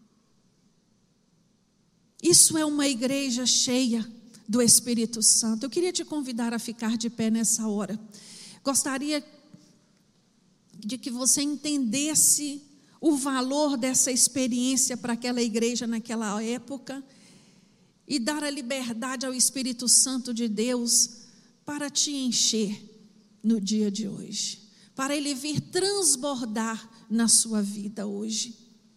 S2: Isso é uma igreja cheia do Espírito Santo. Eu queria te convidar a ficar de pé nessa hora. Gostaria de que você entendesse o valor dessa experiência para aquela igreja naquela época e dar a liberdade ao Espírito Santo de Deus para te encher no dia de hoje, para ele vir transbordar na sua vida hoje.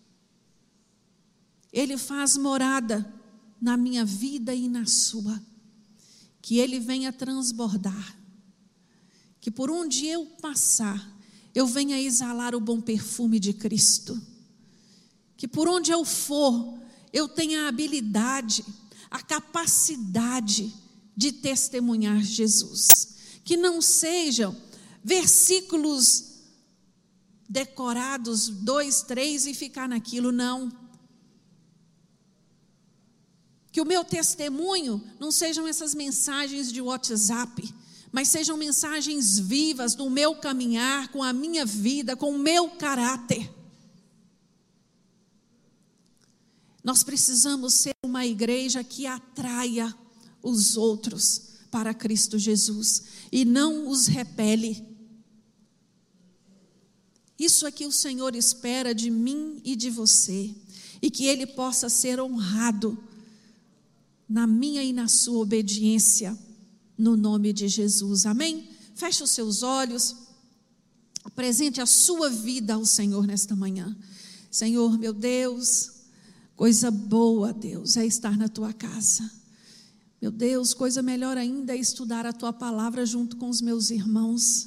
S2: Ele faz morada na minha vida e na sua, que ele venha transbordar, que por onde eu passar, eu venha exalar o bom perfume de Cristo, que por onde eu for, eu tenha a habilidade, a capacidade de testemunhar Jesus, que não sejam versículos decorados, dois, três e ficar naquilo, não. Que o meu testemunho não sejam essas mensagens de WhatsApp, mas sejam mensagens vivas do meu caminhar, com a minha vida, com o meu caráter. Nós precisamos ser uma igreja que atraia os outros para Cristo Jesus e não os repele. Isso é que o Senhor espera de mim e de você, e que Ele possa ser honrado na minha e na sua obediência, no nome de Jesus, amém? Feche os seus olhos, apresente a sua vida ao Senhor nesta manhã. Senhor, meu Deus, coisa boa, Deus, é estar na Tua casa. Meu Deus, coisa melhor ainda é estudar a Tua palavra junto com os meus irmãos.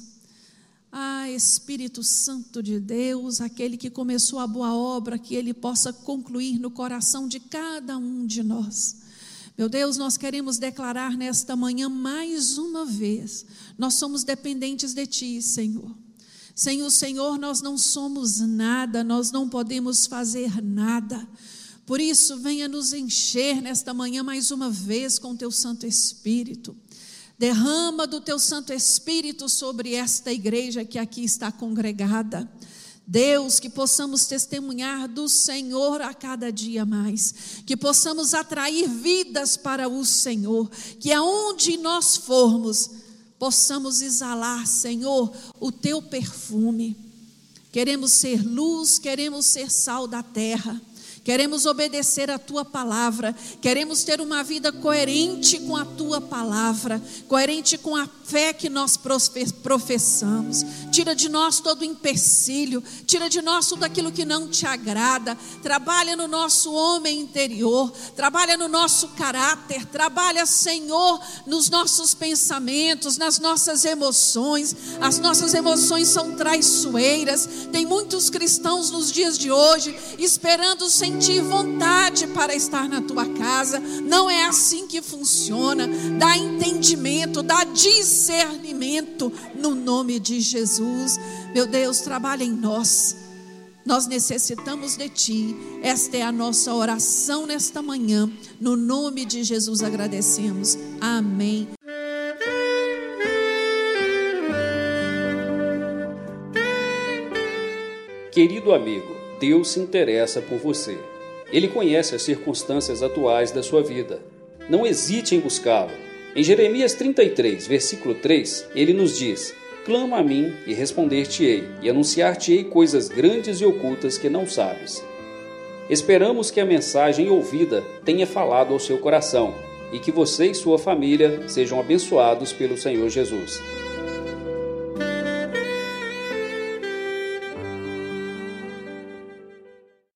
S2: Ah, Espírito Santo de Deus, aquele que começou a boa obra, que Ele possa concluir no coração de cada um de nós. Meu Deus, nós queremos declarar nesta manhã mais uma vez, nós somos dependentes de Ti, Senhor. Sem o Senhor nós não somos nada, nós não podemos fazer nada. Por isso, venha nos encher nesta manhã mais uma vez com Teu Santo Espírito. Derrama do Teu Santo Espírito sobre esta igreja que aqui está congregada. Deus, que possamos testemunhar do Senhor a cada dia mais, que possamos atrair vidas para o Senhor, que aonde nós formos, possamos exalar, Senhor, o Teu perfume. Queremos ser luz, queremos ser sal da terra. Queremos obedecer a Tua palavra, queremos ter uma vida coerente com a Tua palavra, coerente com a fé que nós professamos. Tira de nós todo o empecilho, tira de nós tudo aquilo que não Te agrada. Trabalha no nosso homem interior, trabalha no nosso caráter, trabalha, Senhor, nos nossos pensamentos, nas nossas emoções. As nossas emoções são traiçoeiras. Tem muitos cristãos nos dias de hoje esperando sentir vontade para estar na Tua casa. Não é assim que funciona. Dá entendimento, dá discernimento no nome de Jesus. Meu Deus, trabalha em nós. Nós necessitamos de Ti. Esta é a nossa oração nesta manhã. No nome de Jesus agradecemos. Amém.
S1: Querido amigo, Deus se interessa por você. Ele conhece as circunstâncias atuais da sua vida. Não hesite em buscá-lo. Em Jeremias trinta e três, versículo três, ele nos diz: clama a mim e responder-te-ei, e anunciar-te-ei coisas grandes e ocultas que não sabes. Esperamos que a mensagem ouvida tenha falado ao seu coração e que você e sua família sejam abençoados pelo Senhor Jesus.